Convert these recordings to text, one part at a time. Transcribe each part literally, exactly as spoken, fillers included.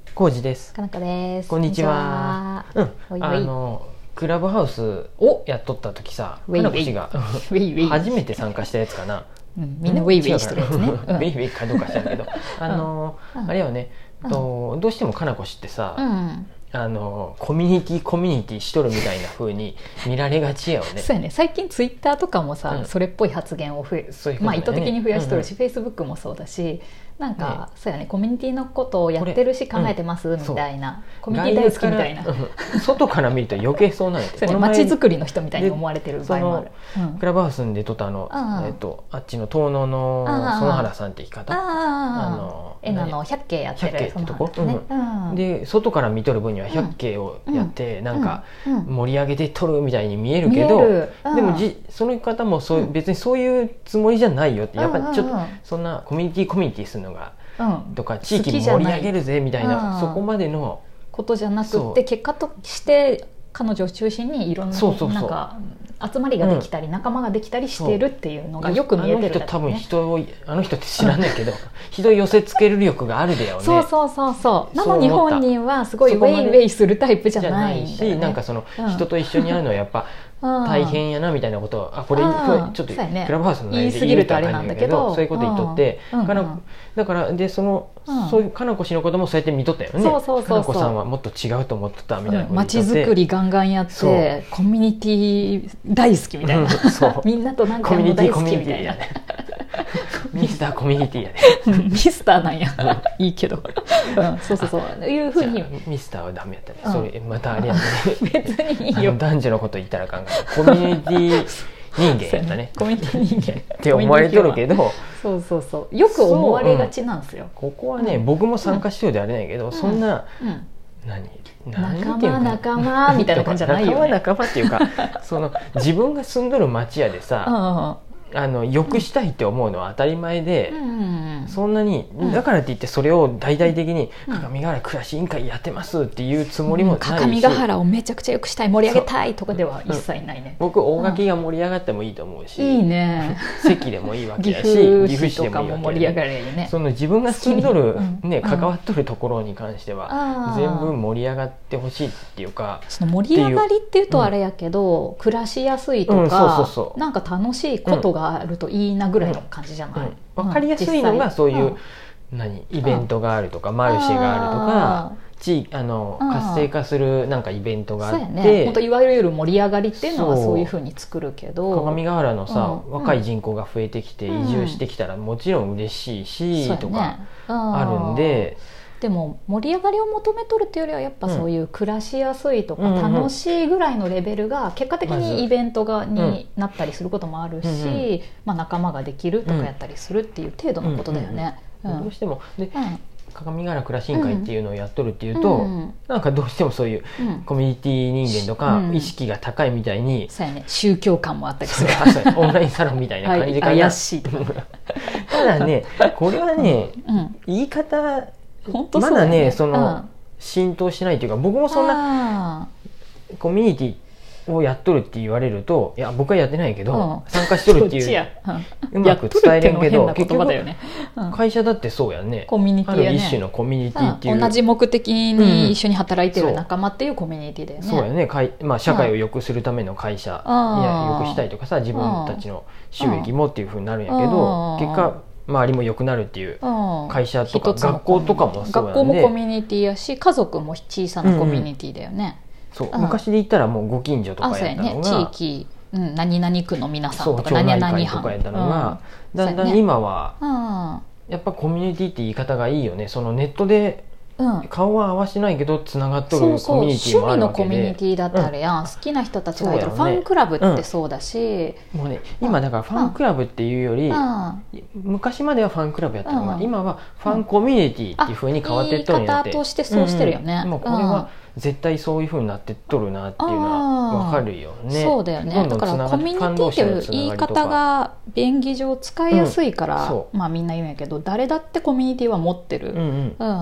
コウジです。 かなこです。 こんにちは。うん、 おいおいあのクラブハウスをやっとった時さ、かなこ氏が初めて参加したやつかな。 うん、みんなウェイウェイしてるやつね。ウェイウェイかどうか知らんけど、あの、うん、あれよね、うん、とどうしてもかなこ氏ってさ、うん、あのコミュニティコミュニティしとるみたいな風に見られがちやよね。 そうやね。最近ツイッターとかもさ、うん、それっぽい発言を増え、ううね、まあ意図的に増やしとるし、フェイスブックもそうだし、なんか、ね、そうやね、コミュニティのことをやってるし考えてます、うん、みたいな、コミュニティ大好きみたいな、 うん、外から見ると余計そうなんやて。 街づくりの人みたいに思われてる場合もある。 うん、クラブハウスで撮ったあの、えっと、あっちの東能の園原さんって生き方、 あのえなのひゃっけいやってるひゃっけいってとこ、ね、うん、で外から見とる分にはひゃっけいをやって、うん、なんか盛り上げて撮るみたいに見えるけど、でもじその方もそう、うん、別にそういうつもりじゃないよって、やっぱちょっとそんなコミュニティコミュニティするのが、うん、とか地域に盛り上げるぜみたいな、そこまでのことじゃなくて、結果として彼女を中心にいろんななんか集まりができたり、うん、仲間ができたりしてるっていうのがよく見えてるだけ、ね、 あの人多分人をあの人って知らないけど人寄せつける力があるだよね。 そうそうそうそう。なのに本人はすごいウェイウェイするタイプじゃないんだよね。 し、なんかその、うん、人と一緒にやるのはやっぱ大変やなみたいなことを、あこれちょっとクラブハウスの内容で言い過ぎるとあれなんだけど、そういうこと言っとって、うんうん、だからでその、うん、そういうかなこ氏のこともそうやって見とったよね。そうそうそうそう。かなこさんはもっと違うと思ってたみたいなこと言っとって、 街づくりガンガンやってコミュニティ大好きみたいな、そうみんなと何回も大好きみたいな。 ミスターコミュニティやね。ミスターなんや。いいけど。うん、そうそうそう。いうふうに。 ミスターはダメやったね。うん、それまたあれやね。 別にいいよ。 男女のこと言ったらあかんから。コミュニティ人間やったね。 コミュニティ人間って思われとるけど。 そうそうそう。よく思われがちなんですよ。 うん、ここはね、うん、僕も参加しようであれないけど、うん、そんな、うん、何仲間仲間みたいな感じじゃないよね。 仲間仲間っていうか、その自分が住んどる町屋でさ。あの良くしたいって思うのは当たり前で、うん、そんなにだからって言ってそれを大々的に各務原暮らし委員会やってますっていうつもりもないし、 各務原をめちゃくちゃ良くしたい、盛り上げたいとかでは一切ないね。 うん、僕大垣が盛り上がってもいいと思うし、 うん、いいね。 関でもいいわけだし、 岐阜市とかも盛り上がるよね。 その自分が住んどる、ね、関わっとるところに関しては全部盛り上がってほしいっていうか、 その盛り上がりっていうとあれやけど、うん、暮らしやすいとか、なんか楽しいことがあるといいなぐらいの感じじゃない、うんうん、分かりやすいのがそういう、うん、何イベントがあるとか、うん、マルシェがあるとか、地あの活性化するなんかイベントがあって、そうやね、 本当いわゆる盛り上がりっていうのはそういうふうに作るけど、 各務原のさ、うん、若い人口が増えてきて移住してきたらもちろん嬉しいし、うん、とかあるんで。 でも盛り上がりを求めとるっていうよりはやっぱそういう暮らしやすいとか楽しいぐらいのレベルが結果的にイベントがになったりすることもあるし、まあ、仲間ができるとかやったりするっていう程度のことだよね。 どうしてもで、うん各務原暮らし委員会っていうのをやっとるっていうと、うん、なんかどうしてもそういうコミュニティ人間とか意識が高いみたいに、うん、 そうやね、宗教感もあったりするオンラインサロンみたいな感じで怪しいとかただねこれはね、うん、言い方本当そうだね、まだねその、うん、浸透しないというか、僕もそんなコミュニティをやっとるって言われると、いや僕はやってないけど、うん、参加しとるっていう、うん、うまく伝えれんけど、結局会社だってそうやね、 コミュニティやね、 ある一種のコミュニティっていう、 うん、同じ目的に一緒に働いてる仲間っていうコミュニティだよね。 そうやね、かい、まあ、社会を良くするための会社、うん、いや良くしたいとかさ、自分たちの収益もっていうふうになるんやけど、結果周りも良くなるっていう会社とか学校とかもそうやね。 学校もコミュニティやし、家族も小さなコミュニティだよね。 うんうん、そう、昔で言ったらもうご近所とかやったのが、 ね、地域、うん、何々区の皆さんとか何々会とかやったのが、うん、だんだん今は、うん、やっぱコミュニティって言い方がいいよね。そのネットで顔は合わせないけどつながっとるコミュニティもあるわけで、そうそう、趣味のコミュニティだったらやん、うん、好きな人たちがいる、ね、ファンクラブってそうだし、 うん、もうね、今だからファンクラブっていうより、うん、昔まではファンクラブやったのが、うん、今はファンコミュニティっていう風に変わってっとるんやって、 言い方としてそうしてるよね、 うんうん、もうこれは絶対そういう風になってっとるなっていうのは分かるよね。 そうだよね。だからコミュニティっていう言い方が便宜上使いやすいから、うん、まあみんな言うんやけど、誰だってコミュニティは持ってる、うんうん、うん、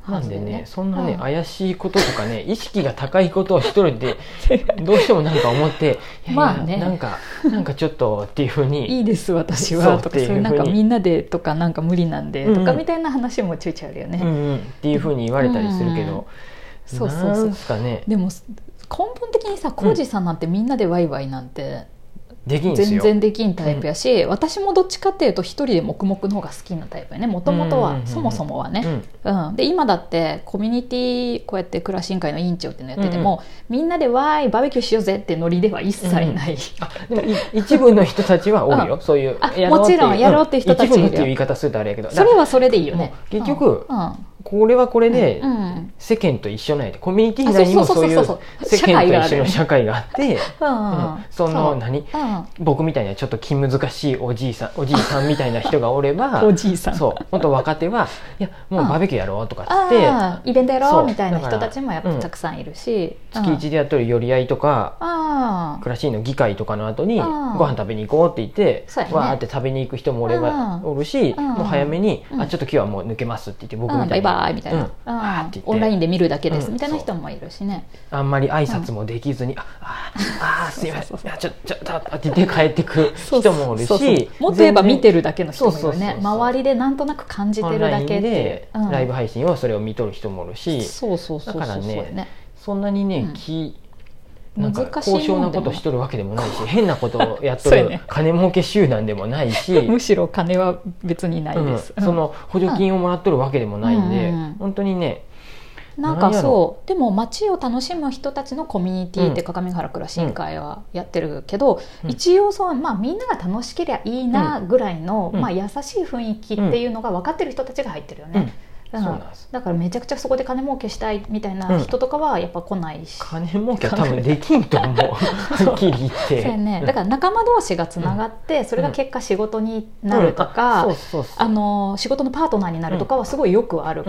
なんでね、そんなね、うん、怪しいこととかね、意識が高いことを一人でどうしてもなんか思ってまあね、なんかなんかちょっとっていうふうにいいです私はとか、そういうなんかみんなでとかなんか無理なんでとかみたいな話もちょいちょいあるよね、 うんうん、っていうふうに言われたりするけど、うんうん、 そうそうそう、すかね、でも根本的にさ、浩二さんなんてみんなでワイワイなんてできんすよ、 全然できんタイプやし、うん、私もどっちかっていうと一人で黙々の方が好きなタイプやね、もともとは、そもそもはね、うんうん、で今だってコミュニティこうやってクラシン会の委員長っていうのやってても、うんうん、みんなでわーいバーベキューしようぜってノリでは一切ない、うん、あでも一部の人たちはおるよ、うん、そういうあもちろんやろうっていう人たちいるよ、 一部っていう言い方するとあれやけど、 それはそれでいいよね、 結局、うんうん、これはこれで世間と一緒なんやで、コミュニティ内にもそういう世間と一緒の社会があって、その何、うん、僕みたいなちょっと気難しいおじいさんおじいさんみたいな人がおればおじいさん、 そう本当若手はいやもうバーベキューやろうとかっつって、 イベントやろうみたいな人たちもやっぱたくさんいるし、 うん、月一でやっとる寄り合いとか、クラシーの議会とかの後にご飯食べに行こうって言って、ね、わーって食べに行く人もおればおるし、もう早めに、うん、あちょっと今日はもう抜けますって言って僕みたいに、 バイバイみたいな、うん、オンラインで見るだけですみたいな人もいるしね、 あんまり挨拶もできずに、うん、あああすいませんちょちょっとって言って帰ってく人もおるし、そうそうそう、 もっと言えば見てるだけの人もいるね、周りでなんとなく感じてるだけで、 うん、ライブ配信をそれを見とる人もおるし、 そうそうそうそう、 だからねそんなにね、うん、気なんか高尚なことしとるわけでもないし変なことをやっとる金儲け集団でもないしむしろ金は別にないです、 うん、その補助金をもらっとるわけでもないんで、うんうん、本当にねなんかそうでも街を楽しむ人たちのコミュニティって各務原クラシン会はやってるけど、うん、一応そう、まあ、みんなが楽しければいいなぐらいの、うんまあ、優しい雰囲気っていうのが分かってる人たちが入ってるよね、うんうん、そうなんです。だからめちゃくちゃそこで金儲けしたいみたいな人とかはやっぱ来ないし、 うん、金儲けは多分できんと思うはっきり言ってそうや、ね、だから仲間同士がつながって、うん、それが結果仕事になるとか仕事のパートナーになるとかはすごいよくあるから、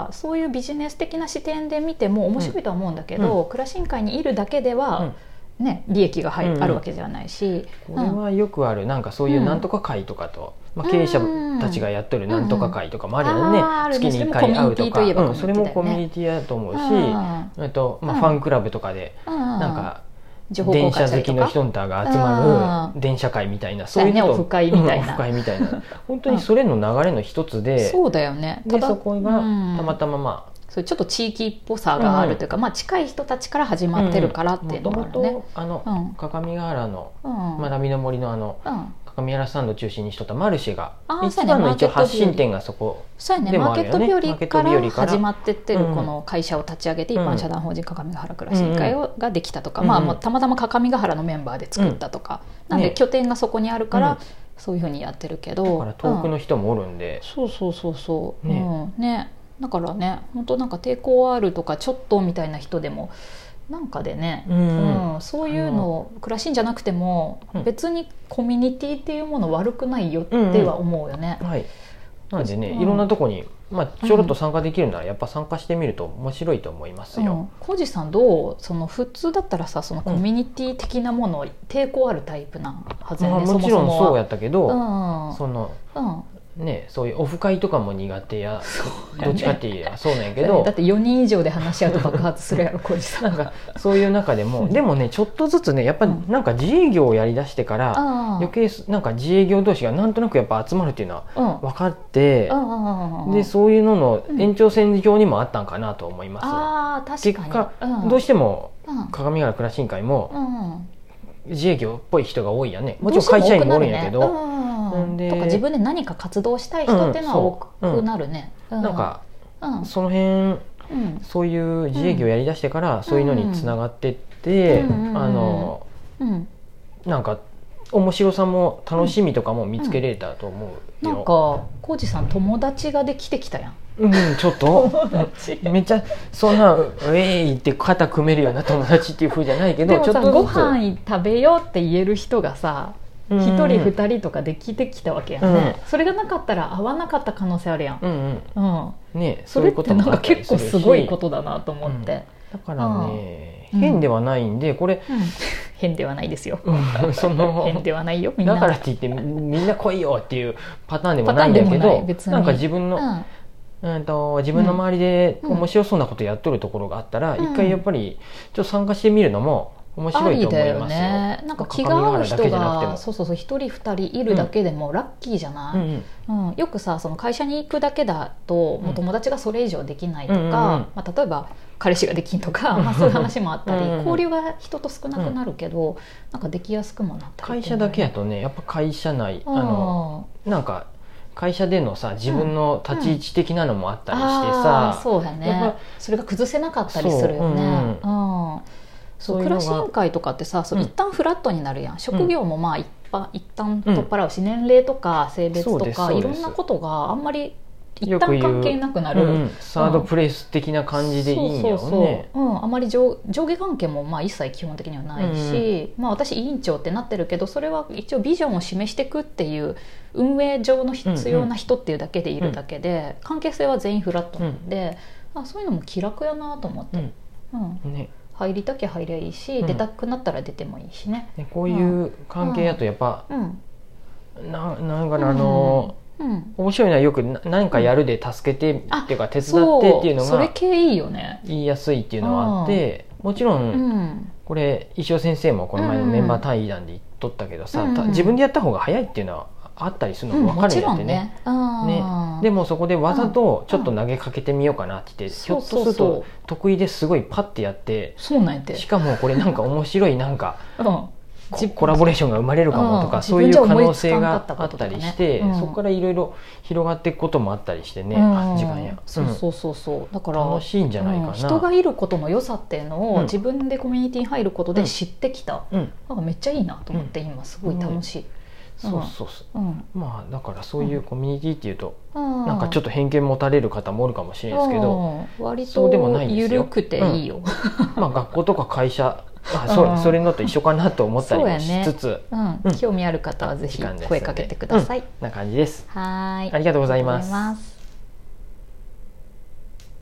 うん、そういうビジネス的な視点で見ても面白いとは思うんだけど、うん、クラシン会にいるだけでは、うんね、利益が入、うん、あるわけじゃないし、 これはよくあるなんかそういうなんとか会とかと、うんまあ、経営者たちがやってるなんとか会とかもあるよね、うんうん、月にいっかい会うとか、うん、それもコミュニティだと思うし、うん、とまあ、ファンクラブとかで、うん、なんか電車好きの人が集まる電車会みたいな、 そういうの、ね、オフ会みたいな、 オフ会みたいな本当にそれの流れの一つで、 そうだよね。 でそこがたまたままあそうちょっと地域っぽさがあるというか、うんまあ、近い人たちから始まってるからっていうのがあるね。 あの、うん、各務原の、うん、学びの森のあの、うん、各務原スタンドを中心にしとったマルシェが一番の一応発信点がそこでもあるよね。 マーケット日和から始まってってるこの会社を立ち上げて、うん、一般社団法人各務原クラシン会ができたとか、うんまあ、もうたまたま各務原のメンバーで作ったとか、うん、なんで拠点がそこにあるから、うんそういうふうにやってるけど、 だから遠くの人もおるんで、 うん、そうそうそうそうね、うん、ねだからね本当なんか抵抗あるとかちょっとみたいな人でもなんかでね、うんうん、そういうの暮らしんじゃなくても、うん、別にコミュニティっていうもの悪くないよっては思うよね、 うんうんはい、なのでね、うん、いろんなとこに、まあ、ちょろっと参加できるならやっぱ参加してみると面白いと思いますよ。 浩二、うん、さんどうその普通だったらさそのコミュニティ的なもの抵抗あるタイプなはずやね、 まあ、もちろんそうやったけど、 うん、 その、うんね、そういうオフ会とかも苦手や、ね、どっちかって言えばそうなんやけどだってよにん以上で話し合うと爆発するやろ浩二さんなんかそういう中でもでもねちょっとずつねやっぱなんか自営業をやりだしてから、うん、余計なんか自営業同士がなんとなくやっぱ集まるっていうのは分かって、うん、でそういうのの延長線上にもあったんかなと思います、うん、 あ確かに結果、うん、どうしても各務原クラシン会も、うん、自営業っぽい人が多いやね。もちろん会社員もおるんやけどとか自分で何か活動したい人っていうのは多くなるね、 うんうん、なんか、うん、その辺、うん、そういう自営業やりだしてから、うん、そういうのにつながってって、うん、あの、うん、なんか面白さも楽しみとかも見つけれたと思うよ、 うん、なんか浩二さん友達ができてきたやん。 うん、ちょっとめっちゃそんなウェイって肩組めるような友達っていう風じゃないけどでもさちょっとご飯食べようって言える人がさ一人二人とかできてきたわけやんね、うん、それがなかったら会わなかった可能性あるやん、うんうんうんね、それってなんか結構すごいことだなと思って、 うん、だからね、うん、変ではないんでこれ、 うん、変ではないですよ、 うん、その変ではないよみんなだからって言ってみんな来いよっていうパターンでもないんだけどなんか自分の、 うんと自分の周りで面白そうなことやっとるところがあったら、うん、一回やっぱりちょっと参加してみるのも面白いと思いますよ。 ね、なんか気が合う人がそうそうそうひとりふたりいるだけでもラッキーじゃない、うんうんうん、よくさその会社に行くだけだともう友達がそれ以上できないとか、うんうんうんまあ、例えば彼氏ができんとか、まあ、そういう話もあったりうん、交流が人と少なくなるけど、うん、なんかできやすくもなったり会社だけやとねやっぱ会社内あのなんか会社でのさ自分の立ち位置的なのもあったりしてさ、 うん、そうだねそれが崩せなかったりするよね。そう暮らし委員会とかってさそう、うん、一旦フラットになるやん。職業もまあ一般、一旦取っ払うし、うん、年齢とか性別とかいろんなことがあんまり一旦関係なくなる、うん、 サードプレイス的な感じでいいんだよね。そうそうそう、 うん、あまり 上, 上下関係もまあ一切基本的にはないし、うんまあ、私委員長ってなってるけどそれは一応ビジョンを示していくっていう運営上の必要な人っていうだけでいるだけで、うんうん、関係性は全員フラットなんで、うん、あそういうのも気楽やなと思って、うんうんね、入りたきゃ入りゃいいし、うん、出たくなったら出てもいいしね。 こういう関係だとやっぱ、うんうん、な, なんかあの、うん、面白いのはよく何かやるで助けて、うん、っていうか手伝ってっていうのがそれ系いいよね。 言いやすいっていうのはあって、うん、もちろん、うん、これ石尾先生もこの前のメンバー対談で言っとったけどさ、うん、自分でやった方が早いっていうのはあったりするのも分かるんやってね、うんねね、でもそこでわざとちょっと投げかけてみようかなって言って、うん、ひょっとすると得意ですごいパッてやってそうなんやてしかもこれなんか面白いなんか、うんコラボレーションが生まれるかもとか、うん、そういう可能性があったりして、ねうん、そこからいろいろ広がっていくこともあったりしてね、うん、あ時間や、うん、 そうそうそうそうだから楽しいんじゃないかな、うん、 人がいることの良さっていうのを、うん、自分でコミュニティに入ることで知ってきた、うん、なんかめっちゃいいなと思って、今すごい楽しい、 うん、そうそうそう、うん、まあだからそういうコミュニティっていうと、うん、なんかちょっと偏見持たれる方もおるかもしれないですけど、 うん、割と緩くていいよ、 うん、まあ学校とか会社あ そ, それのと一緒かなと思ったりもしつつ、ねうんうん、興味ある方はぜひ声かけてください、うん、 な感じです。 はい、 ありがとうございます。